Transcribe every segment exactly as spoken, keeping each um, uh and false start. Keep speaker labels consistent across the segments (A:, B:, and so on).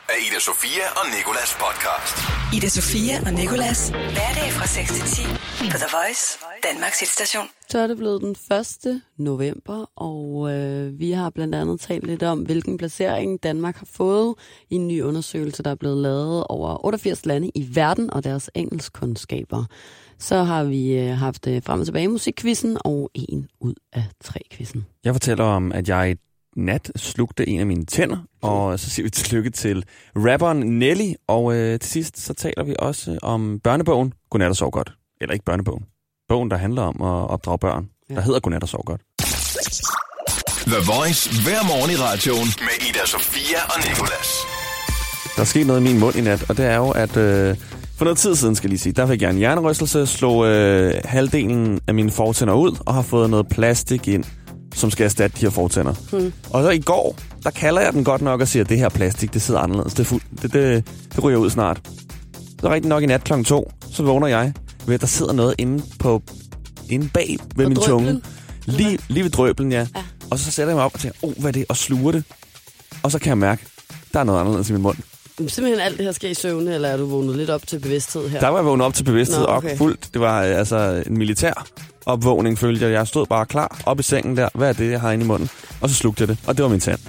A: af Ida Sofia og Nicolas podcast.
B: Ida Sofia og Nicolas. Hverdag fra seks til ti på The Voice, Danmarks hitstation.
C: Så er det blevet den første november, og øh, vi har blandt andet talt lidt om, hvilken placering Danmark har fået i en ny undersøgelse, der er blevet lavet over otteogfirs lande i verden og deres engelskkundskaber. Så har vi øh, haft øh, frem og tilbage musikquizzen og en ud af tre quizzen.
D: Jeg fortæller om, at jeg i nat slugte en af mine tænder, og så siger vi tillykke til rapperen Nelly, og øh, til sidst så taler vi også om børnebogen Godnat og sov godt. Eller ikke børnebogen. Bogen, der handler om at opdrage børn, ja. Der hedder Godnat og sov godt.
A: The Voice hver morgen i radioen med Ida Sofia og Nicolas.
D: Der er sket noget i min mund i nat, og det er jo, at øh, for noget tid siden, skal jeg lige sige, der fik jeg en hjernerystelse, slog øh, halvdelen af mine fortænder ud, og har fået noget plastik ind, som skal erstatte de her fortænder. Hmm. Og så i går, der kalder jeg den godt nok og siger, at det her plastik, det sidder anderledes. Det, fuld, det, det, det ryger ud snart. Så rigtig nok i nat klokken to, så vågner jeg ved, at der sidder noget inde, på, inde bag ved på min drøblen. Tunge. Lige, lige ved drøblen, ja. ja. Og så sætter jeg mig op og tænker, åh, oh, hvad er det? Og sluger det. Og så kan jeg mærke, der er noget anderledes i min mund.
C: Simpelthen alt det her sker i søvne, eller er du vågnet lidt op til bevidsthed her?
D: Der var jeg vågnet op til bevidsthed, Nå, okay. og fuldt. Det var altså en militær opvågning, følte jeg. Jeg stod bare klar op i sengen der. Hvad er det, jeg har inde i munden? Og så slugte jeg det, og det var min tand.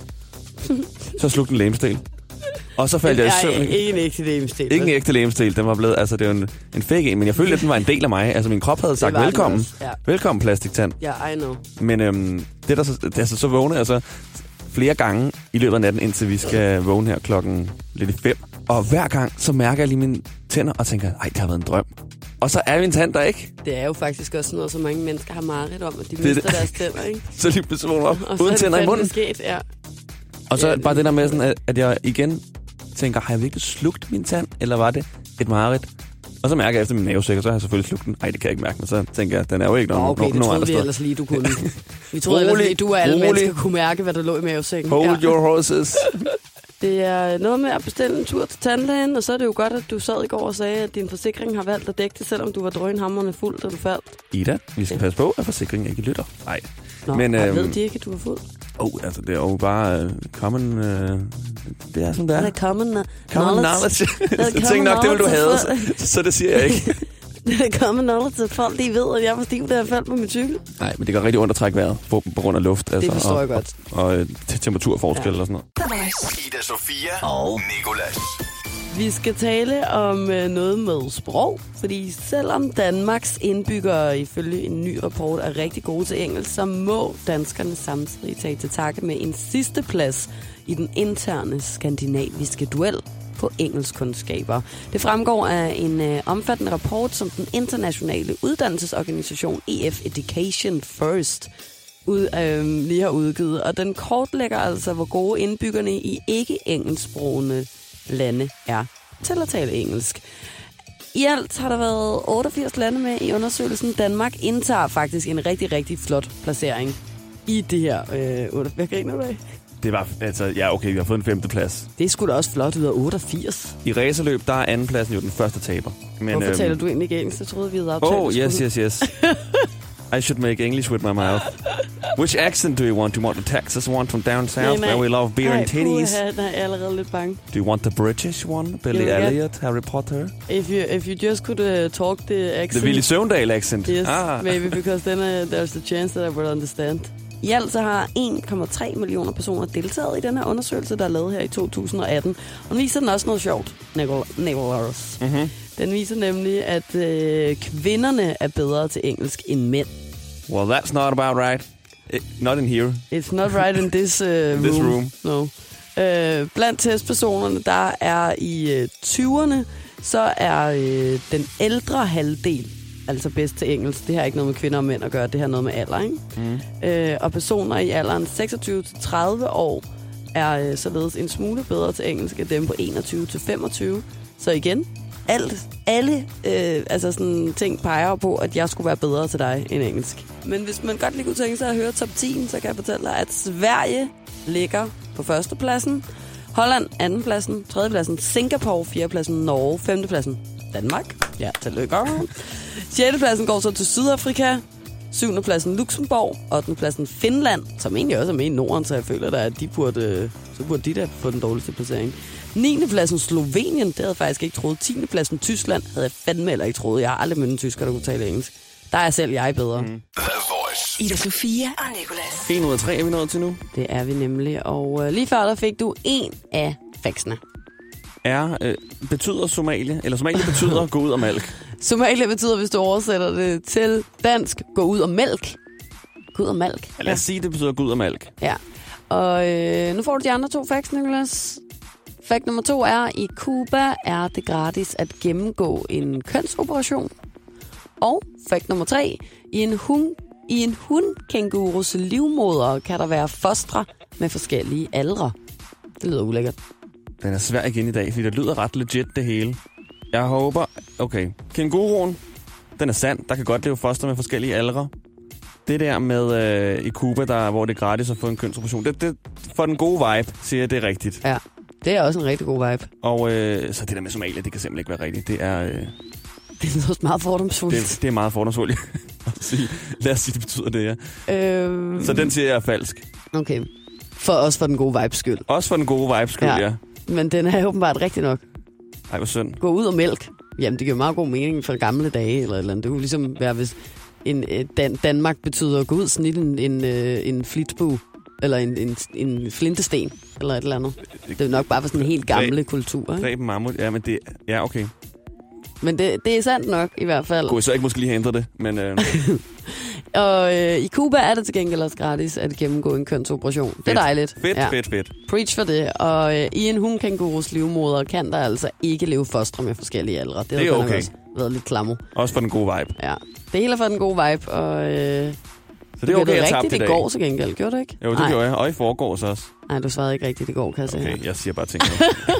D: Så slugte en legemsdel. Og så faldt jeg i søvn.
C: Ikke en ægte legemsdel.
D: Ikke en ægte legemsdel. Den var blevet, altså det var en, en fake en, men jeg følte, at den var en del af mig. Altså min krop havde sagt velkommen. Ja. Velkommen, plastiktand.
C: Ja, yeah, I know.
D: Men øhm, det der så, altså, så vågnede jeg så flere gange i løbet af natten, indtil vi skal vågne her klokken lidt i fem. Og hver gang, så mærker jeg lige mine tænder og tænker, ej, det har været en drøm. Og så er min tand der ikke.
C: Det er jo faktisk også noget, så mange mennesker har mareridt om, at de mister det, deres tænder, ikke?
D: Så lige pludselig vågner op, uden tænder i munden.
C: Sket, ja.
D: Og så
C: ja,
D: bare det der med, sådan, at jeg igen tænker, har jeg virkelig slugt min tand, eller var det et mareridt? Og så mærker jeg efter min mavesæk, så har jeg selvfølgelig slugt den. Ej, det kan jeg ikke mærke, men så tænker jeg, den er jo ikke nogen,
C: okay,
D: nogen, nogen andre steder.
C: Okay, det troede vi ellers lige, du kunne. Vi troede ellers lige, du og alle rolig. Mennesker kunne mærke, hvad der lå i mavesækken.
D: Hold ja. Your horses.
C: Det er noget med at bestille en tur til tandlægen, og så er det jo godt, at du sad i går og sagde, at din forsikring har valgt at dække det, selvom du var drønhamrende fuld, da du faldt.
D: Ida, vi skal ja. passe på, at forsikringen ikke lytter. Nej.
C: Nå, men øhm, ved de ikke, at du var fuld?
D: Åh, oh, altså det er jo bare uh, common... Uh, det er sådan, det er.
C: Det er common, uh,
D: common knowledge. knowledge. Jeg tænkte nok, det ville du have, så, så det siger jeg ikke.
C: Det er common knowledge, at folk de ved, at jeg var stiv, da jeg faldt på min cykel.
D: Nej, men det gør rigtig ondt at trække vejret på, på grund af luft. Altså,
C: det forstår
D: og,
C: jeg godt.
D: Og, og, og temperaturforskel ja. og sådan noget.
A: Ida Sofia og Nicolas.
C: Vi skal tale om øh, noget med sprog, fordi selvom Danmarks indbyggere ifølge en ny rapport er rigtig gode til engelsk, så må danskerne samtidig tage til takke med en sidste plads i den interne skandinaviske duel på engelskkundskaber. Det fremgår af en øh, omfattende rapport, som den internationale uddannelsesorganisation E F Education First ud, øh, lige har udgivet, og den kortlægger altså, hvor gode indbyggerne i ikke-engelsksprogende lande er til at tale engelsk. I alt har der været otteogfirs lande med i undersøgelsen. Danmark indtager faktisk en rigtig, rigtig flot placering i det her. Øh, Hvad griner du af?
D: Det var, altså, ja okay, vi har fået en femte plads.
C: Det er sgu da også flot ud af otteogfirs.
D: I racerløb, der er andenpladsen jo den første taber.
C: Men, Hvorfor øhm, taler du egentlig ikke engelsk? Jeg troede, vi havde aftalt.
D: Oh, yes, yes, yes. I should make English with my mouth. Which accent do you want? Do you want the Texas one from down south, nej, nej. where we love beer nej, and titties?
C: Nej, nej, jeg er allerede lidt bange.
D: Do you want the British one? Billy yeah, Elliot, yeah. Harry Potter?
C: If you if you just could uh, talk the accent.
D: The Willy Søvndal accent?
C: Yes,
D: ah.
C: maybe, because then uh, there's the chance that I will understand. I alt så har en komma tre millioner personer deltaget i den her undersøgelse, der er lavet her i to tusind og atten. Og den viser den også noget sjovt, Nicholas. Mm-hmm. Den viser nemlig, at øh, kvinderne er bedre til engelsk end mænd.
D: Well, that's not about right. It, not in here.
C: It's not right in this, uh, room.
D: this room.
C: No. Uh, blandt testpersonerne, der er i uh, tyverne, så er uh, den ældre halvdel altså bedst til engelsk. Det har ikke noget med kvinder og mænd at gøre, det har noget med alder, ikke? Mm. Uh, og personer i alderen seksogtyve til tredive år er uh, således en smule bedre til engelsk end dem på enogtyve til femogtyve. Så igen, alt, alle øh, altså sådan, ting peger på, at jeg skulle være bedre til dig end engelsk. Men hvis man godt lige kunne tænke sig at høre top ti, så kan jeg fortælle dig, at Sverige ligger på førstepladsen, Holland andenpladsen, tredjepladsen, Singapore fjerdepladsen, Norge femtepladsen, Danmark, ja, tillykke. Sjettepladsen går så til Sydafrika, syvendepladsen Luxembourg, ottendepladsen Finland, som egentlig også er med i Norden, så jeg føler da, at de burde Så burde de da få den dårligste placering. niende pladsen Slovenien, det havde jeg faktisk ikke troet. tiende pladsen Tyskland havde jeg fandme heller ikke troet. Jeg har aldrig mødt en tysker, der kunne tale engelsk. Der er selv jeg bedre. Mm.
A: The Voice.
B: Ida Sofia og Nicolas.
D: En ud af tre er vi nået til nu.
C: Det er vi nemlig. Og øh, lige før der fik du en af faxene.
D: Er, øh, betyder Somalia, eller Somalia betyder gå ud og mælk.
C: Somalia betyder, hvis du oversætter det til dansk, gå ud og mælk. Gå ud og mælk.
D: Ja, lad os sige, det betyder gå ud og mælk.
C: Ja. Og øh, nu får du de andre to facts, Nicolas. Fact nummer to er, i Cuba er det gratis at gennemgå en kønsoperation. Og fact nummer tre, i en hund, i en hundkængurus livmoder kan der være fostre med forskellige aldre. Det lyder ulækkert.
D: Den er svær igen i dag, fordi det lyder ret legit det hele. Jeg håber, okay, kænguruen, den er sand. Der kan godt leve foster med forskellige aldre. Det der med øh, i Cuba, der, hvor det er gratis at få en kønsoperation, det, det for den gode vibe, siger jeg, det er rigtigt.
C: Ja, det er også en rigtig god vibe.
D: Og øh, så det der med Somalia, det kan simpelthen ikke være rigtigt. Det er... Øh,
C: det lyder også meget fordomsfuldt.
D: Det, det er meget fordomsfuldt. Lad os sige, det betyder det, ja. Øhm... Så den siger jeg er falsk.
C: Okay. For også for den gode vibes skyld.
D: Også for den gode vibes skyld, ja. ja.
C: Men den er åbenbart rigtig nok.
D: Ej, hvor synd.
C: Gå ud og mælk. Jamen, det giver meget god mening for gamle dage, eller et eller andet. Det kunne ligesom være, hvis en, Dan- Danmark betyder at gå ud og snitte en, en, en flitbu, eller en, en, en flintesten, eller et eller andet. Det er nok bare for sådan en helt gamle kultur, ikke?
D: Dræben mammut, ja, men det... Ja, okay.
C: Men det, det er sandt nok, i hvert fald.
D: Kunne så ikke måske lige have ændret det, men... Øh...
C: og øh, i Cuba er det til gengæld også gratis at gennemgå en kønsoperation. Fedt. Det er dejligt.
D: Fedt, ja. fedt, fedt.
C: Preach for det. Og øh, i en hundkængurus livmoder kan der altså ikke leve fostre med forskellige aldre. Det,
D: det er okay.
C: Også været lidt klammer.
D: Også for den gode vibe.
C: Ja, det hele er for den gode vibe, og... Øh,
D: så det er okay, jeg tabte i dag.
C: Det går til gengæld, gjorde du ikke?
D: Jo, det Ej. gjorde jeg. Og i forgårs også.
C: Nej, du svarede ikke rigtigt i går, kan jeg sige.
D: Okay, jeg siger bare ting.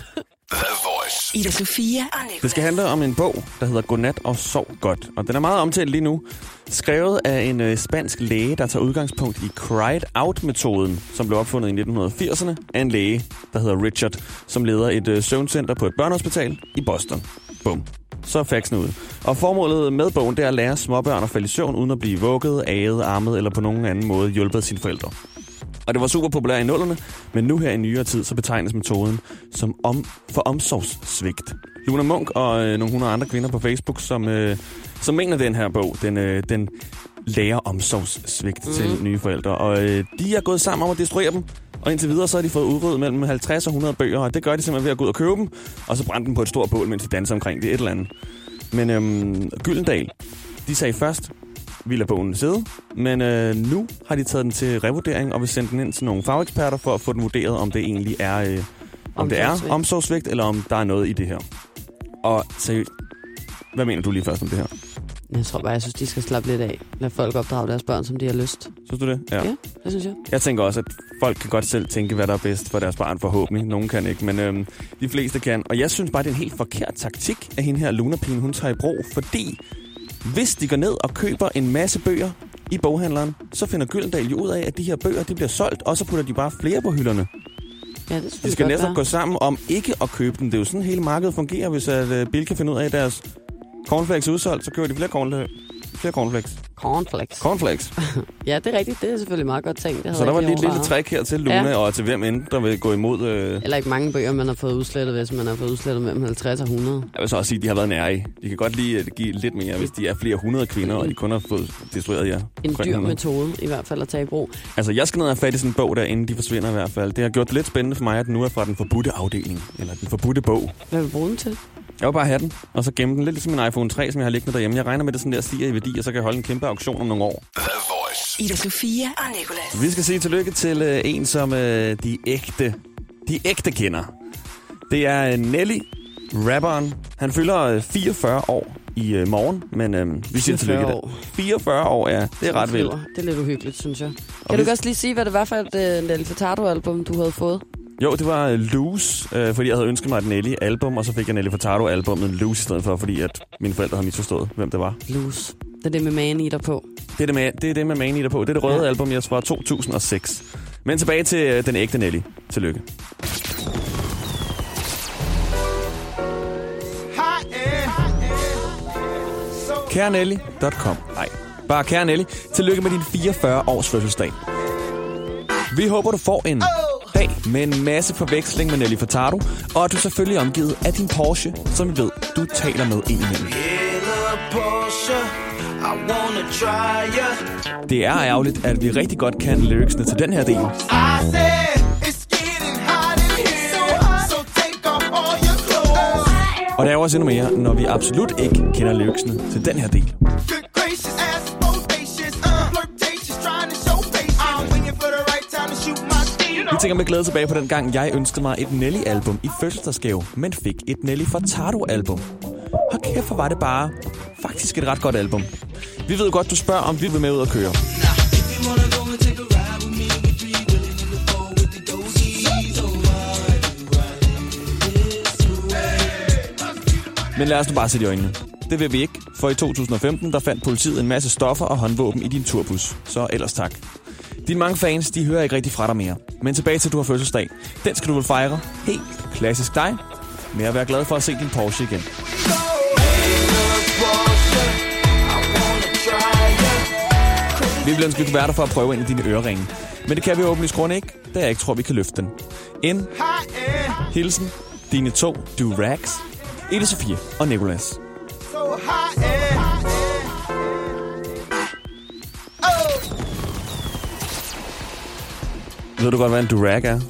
A: The Voice.
B: Ida Sofia og Nicolas.
D: Det skal handle om en bog, der hedder Godnat og sov godt. Og den er meget omtalt lige nu. Skrevet af en øh, spansk læge, der tager udgangspunkt i Cried Out-metoden, som blev opfundet i nitten firserne af en læge, der hedder Richard, som leder et øh, søvncenter på et børnehospital i Boston. Bum. Så er faxen ud. Og formålet med bogen, det er at lære småbørn at falde i søvn, uden at blive vugget, aget, armet eller på nogen anden måde hjulpet af sine forældre. Og det var super populært i nullerne, men nu her i nyere tid, så betegnes metoden som om, for omsorgssvigt. Luna Munk og øh, nogle hundrede andre kvinder på Facebook, som, øh, som mener den her bog, den, øh, den lærer omsorgssvigt mm. til nye forældre. Og øh, de er gået sammen om at destruere dem, og indtil videre så har de fået udryddet mellem halvtreds og hundrede bøger, og det gør de simpelthen ved at gå ud og købe dem, og så brænde dem på et stort bål, mens de danser omkring det et eller andet. Men øh, Gyldendal, de sagde først, vi lader bogen sidde, men øh, nu har de taget den til revurdering og vil sende den ind til nogle fageksperter for at få den vurderet, om det egentlig er, øh, om det er omsorgssvigt, eller om der er noget i det her. Og seriøst, hvad mener du lige først om det her?
C: Jeg tror bare, jeg synes, de skal slappe lidt af. Lad folk opdrage deres børn, som de har lyst.
D: Synes du det?
C: Ja, ja det synes jeg.
D: Jeg tænker også, at folk kan godt selv tænke, hvad der er bedst for deres barn forhåbentlig. Nogen kan ikke, men øhm, de fleste kan. Og jeg synes bare, det er en helt forkert taktik af hende her Luna-pigen, hun tager i brug, fordi hvis de går ned og køber en masse bøger i boghandleren, så finder Gyldendal jo ud af, at de her bøger, de bliver solgt, og så putter de bare flere på hylderne.
C: Ja, det
D: de skal netop gå sammen om ikke at købe den. Det er jo sådan, hele markedet fungerer, hvis at uh, Bill kan finde ud af, at deres cornflakes er udsolgt, så køber de flere, corn- flere cornflakes.
C: Cornflakes.
D: Cornflakes.
C: Ja, det er rigtigt. Det er selvfølgelig meget godt tænkt. Det
D: så der var lige et lille trick her til Luna, ja. Og til hvem end, der vil gå imod... Øh...
C: Eller ikke mange bøger, man har fået udslettet, hvis man har fået udslettet mellem halvtreds og hundrede.
D: Jeg vil så også sige, at de har været nære i. De kan godt lige give lidt mere, hvis de er flere hundrede kvinder, og de kun har fået destrueret jer.
C: En dyr metode, i hvert fald, at tage i brug.
D: Altså, jeg skal ned og have fat i sådan en bog der, inden de forsvinder i hvert fald. Det har gjort det lidt spændende for mig, at den nu er fra den forbudte afdeling, eller den forbudte bog.
C: Hvad vil du bruge den til?
D: Jeg vil bare have den, og så gemme den lidt ligesom min iPhone tre, som jeg har liggende derhjemme. Jeg regner med, det sådan der stiger i værdi, og så kan jeg holde en kæmpe auktion om nogle år.
A: The Voice.
B: Ida Sofia og Nicolas.
D: Vi skal sige tillykke til øh, en, som øh, de ægte, de ægte kender. Det er øh, Nelly, rapperen. Han fylder øh, fireogfyrre år i øh, morgen, men øh, vi siger tillykke.
C: År.
D: fireogfyrre år, ja. Det er ret vildt.
C: Det er lidt uhyggeligt, synes jeg. Kan og du vi... også lige sige, hvad det var for et øh, Nelly Furtado-album, du havde fået?
D: Jo, det var Loose, øh, fordi jeg havde ønsket mig et Nelly-album, og så fik jeg Nelly Furtado-albummet Loose i stedet for, fordi at mine forældre havde misforstået, hvem det var.
C: Loose. Det er det med Man Eater på.
D: Det er det med, det er det med Man Eater på. Det er det røde ja. album, jeg fra to tusind og seks. Men tilbage til øh, den ægte Nelly. Tillykke. kære nelly punktum com. Nej, bare kære Nelly. Tillykke med din fireogfyrre års fødselsdag. Vi håber, du får en
E: bag.
D: Med en masse forveksling med Nelly Furtado, og at du selvfølgelig er omgivet af din Porsche, som vi ved, du taler med indimellem. Det er ærgerligt, at vi rigtig godt kan lyricsene til den her del. Og der er også endnu mere, når vi absolut ikke kender lyricsene til den her del. Vi tænker med glæde tilbage på den gang, jeg ønskede mig et Nelly-album i fødselsdagsgave, men fik et Nelly Furtado-album. Hold kæft, for var det bare faktisk et ret godt album. Vi ved godt, du spørger, om vi vil med ud og køre. Men lad os nu bare sætte i øjnene. Det vil vi ikke, for i to tusind og femten der fandt politiet en masse stoffer og håndvåben i din turbus. Så ellers tak. Dine mange fans, de hører ikke rigtig fra dig mere. Men tilbage til, at du har fødselsdag. Den skal du vel fejre. Helt klassisk dig. Med at være glad for at se din Porsche igen. Vi vil ønske, at vi kunne være der for at prøve ind i dine øreringe. Men det kan vi åbenlyst grund ikke, da jeg ikke tror, vi kan løfte den. En hilsen, dine to do-rags, Ida Sofia og Nicolas. Ved du godt, hvad en durag er?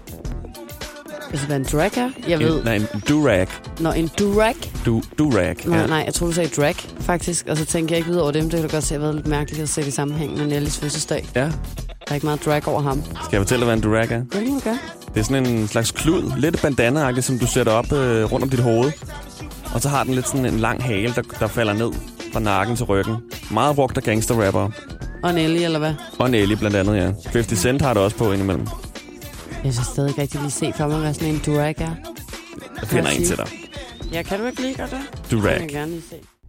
C: Altså, hvad en drag er? Jeg ved...
D: En, nej, en durag.
C: Nå, en durag?
D: Du, durag.
C: Nej,
D: ja.
C: nej, jeg tror du sagde drag, faktisk. Og så tænker jeg ikke videre over dem. Det kan du godt se, at det har været lidt mærkeligt at sætte i sammenhæng med Nellys fødselsdag.
D: Ja.
C: Der er ikke meget drag over ham.
D: Skal jeg fortælle dig, hvad en durag er?
C: Ja, det må du gøre.
D: Det er sådan en slags klud, lidt bandana-agtigt, som du sætter op øh, rundt om dit hoved. Og så har den lidt sådan en lang hale, der, der falder ned fra nakken til ryggen. Meget brugt af gangsterrapper.
C: Og Nelly, eller hvad?
D: Og Nelly blandt andet, ja. halvtreds Cent har det også på indimellem.
C: Jeg synes stadig ikke rigtig lige se for mig, hvad sådan en durag er.
D: Jeg finder en til dig.
C: Ja, kan du ikke lige gøre det?
D: Durag.
C: Det vil jeg gerne lige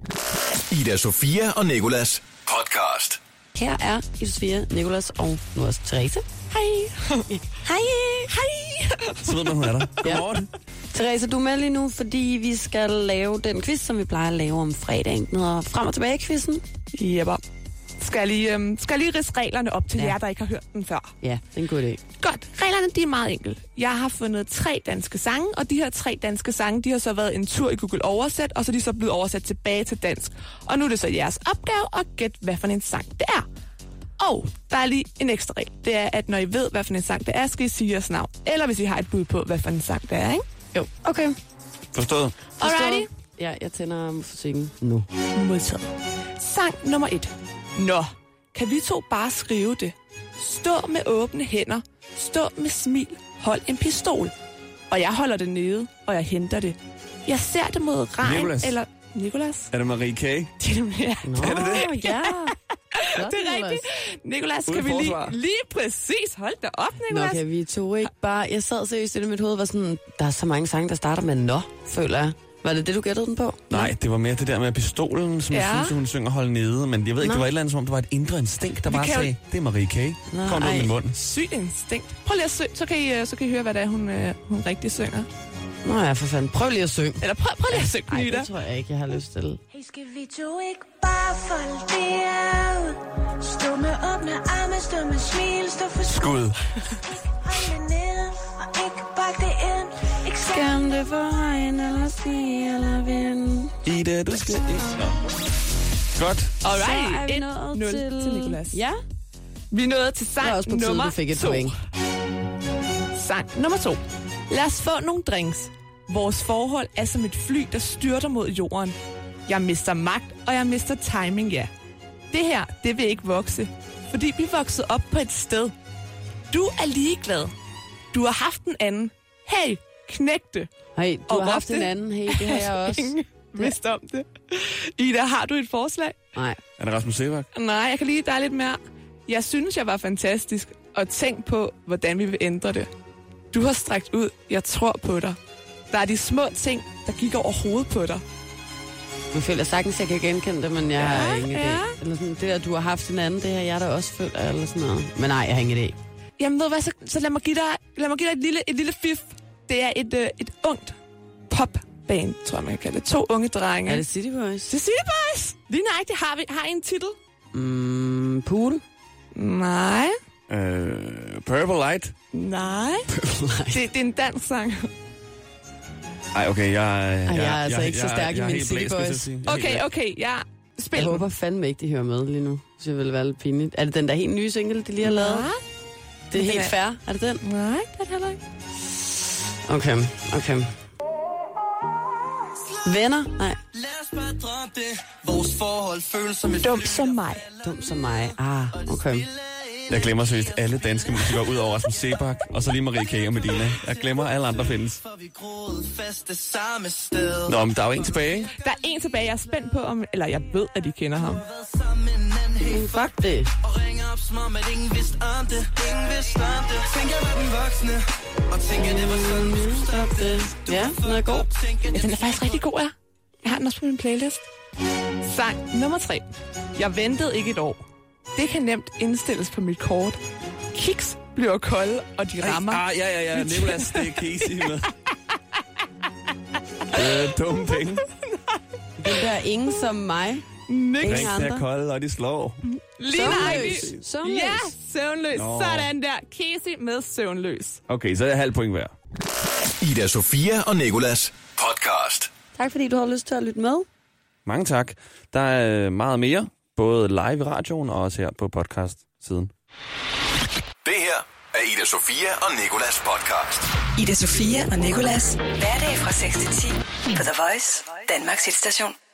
C: se.
A: Ida Sofia og Nicolas podcast.
C: Her er Ida Sofia, Nicolas og nu også Therese. Hej. Hej. Hej.
D: Så ved man, hun er der. Godmorgen.
C: Therese, du er med lige nu, fordi vi skal lave den quiz, som vi plejer at lave om fredagen. Den hedder Frem og Tilbage-quizzen.
E: Jepper. Skal jeg lige, øhm, skal jeg lige ridse reglerne op til
C: Ja.
E: jer, der ikke har hørt den før?
C: Ja, det er en god idé.
E: Godt. Reglerne, de er meget enkle. Jeg har fundet tre danske sange, og de her tre danske sange, de har så været en tur i Google Oversæt, og så er de så blevet oversat tilbage til dansk. Og nu er det så jeres opgave at gætte, hvad for en sang det er. Og der er lige en ekstra regel. Det er, at når I ved, hvad for en sang det er, skal I sige jeres navn. Eller hvis I har et bud på, hvad for en sang det er, ikke?
C: Jo. Okay.
D: Forstået.
E: Alrighty.
C: Ja, jeg tænder musikken nu.
E: Modtaget. Sang nummer et. Nå, kan vi to bare skrive det? Stå med åbne hænder. Stå med smil. Hold en pistol. Og jeg holder det nede, og jeg henter det. Jeg ser det mod regn,
D: Nicolas.
E: eller... Nicolas?
D: Er det Marie K?
E: Det er det mere.
C: Nå,
D: Er det det?
C: ja.
E: Det er rigtigt. Nicolas,
D: Uden
E: kan vi lige,
D: forsvar.
E: lige præcis holde dig op,
C: Nå,
E: Nicolas?
C: kan vi to ikke bare... Jeg sad seriøst i mit hoved, var sådan... Der er så mange sange, der starter med nå, føler jeg. Var det det, du gættede den på?
D: Nej, det var mere det der med pistolen, som
E: Ja.
D: jeg synes, hun synger hold nede. Men jeg ved ikke,
C: Nå.
D: det var et eller andet, som om det var et indre instinkt, der
E: Vi
D: bare
E: kan jo-
D: sagde, det er Marie K.
C: Nå,
D: Kom ud
C: ej.
D: i min mund.
E: Sygt instinkt. Prøv lige at synge, så kan I, øh, så kan I høre, hvad det er, hun, øh, hun rigtig synger.
C: Nå ja, for fanden. Prøv lige at synge.
E: Eller prøv, prøv lige at synge,
C: Nej,
E: Nita.
C: det tror jeg ikke, jeg har lyst til.
F: Hey, skal vi to ikke bare folde det ud? Stå med åbne arme, stå med smil, stå for skud.
D: Skud.
F: Hold det ned, og ikke bakke det ind. Ikke sæt
C: Skam det for regn, eller sne, eller vind.
D: Ida, du skal ikke... Nå. Godt.
C: Så er
E: Alright,
C: vi
E: et
C: nået
E: nul
C: til...
E: til Nicolas.
C: Ja,
E: Vi er nået til
C: det
E: sang
C: er også på tide,
E: nummer
C: du fik et
E: to.
C: point.
E: Sang nummer to. Lad os få nogle drinks. Vores forhold er som et fly, der styrter mod jorden. Jeg mister magt, og jeg mister timing, ja. Det her, det vil ikke vokse, fordi vi voksede op på et sted. Du er ligeglad. Du har haft en anden. Hey, knæk det.
C: Hey, du
E: Og
C: har haft
E: råbte-
C: en anden. Hey, det har jeg også.
E: Ingen vidste om det. Ida, har du et forslag?
C: Nej.
D: Er det Rasmus Sebak?
E: Nej, jeg kan lige dig lidt mere. Jeg synes, jeg var fantastisk, og tænk på, hvordan vi vil ændre det. Du har strakt ud. Jeg tror på dig. Der er de små ting, der gik over hovedet på dig.
C: Nu føler jeg sagtens, jeg kan genkende det, men jeg
E: Ja,
C: har ingen
E: ja.
C: idé. Eller sådan, det der, du har haft en anden, det har jeg da også følt, eller sådan noget. Men nej, jeg har ingen idé.
E: Jamen ved du hvad, så, så lad mig give dig, lad mig give dig et, lille, et lille fif. Det er et, øh, et ungt popband, tror jeg, man kan kalde det. To unge drenge.
C: Er det City Boys?
E: Det er City Boys. Lige nøjagtigt. Har vi har I en titel?
C: Mm, pool?
E: Nej.
D: Øh, Purple Light?
E: Nej. Det, det er en dansk sang.
D: Ej, okay, jeg...
C: Ej, jeg er altså ikke så stærk i min City Boys.
E: Okay, okay, jeg spiller.
C: Jeg håber fandme ikke, de hører med lige nu. Så det vil være lidt pinligt. Er det den der helt nye single, de lige har lavet?
E: Nej.
C: Det er helt
E: er-
C: fair. Er det den?
E: Nej, det er det heller ikke.
C: Okay, okay. Venner? Nej.
E: Dum som mig.
C: Dum som mig. Ah, okay.
D: Jeg glemmer seriøst alle danske musikere, ud over Rasmus Sebak, og så lige Marie K. og Medina. Jeg glemmer, at alle andre findes. Nå, men der er jo en tilbage.
E: Der er en tilbage, jeg er spændt på, om, eller jeg ved, at de kender ham.
C: Mm, fuck det. Fuck det. Ja, den er god.
E: Ja, den er faktisk rigtig god, ja. Jeg har den også på min playlist. Sang nummer tre. Jeg ventede ikke et år. Det kan nemt indstilles på mit kort. Kiks bliver kolde, og de rammer.
D: Ah, ja, ja, ja. Nicolas, det er Casey med. Øh, dumme penge.
C: Den der ingen som mig.
E: Niks.
C: Ingen
D: Ring
C: andre.
D: er kolde, og de slår.
E: Lige
C: Søvnløs.
E: nøjagtigt.
C: Søvnløs.
E: Ja, søvnløs.
D: Nå.
E: Sådan der. Casey med søvnløs.
D: Okay, så er jeg halv point hver.
A: Ida Sofia og Nicolas podcast.
C: Tak fordi du har lyst til at lytte med.
D: Mange tak. Der er meget mere, både live i radioen og også her på podcast-siden.
A: Det her er Ida Sofia og Nicolas podcast.
B: Ida Sofia og Nicolas. Hverdag fra seks til ti på The Voice, Danmarks hitstation.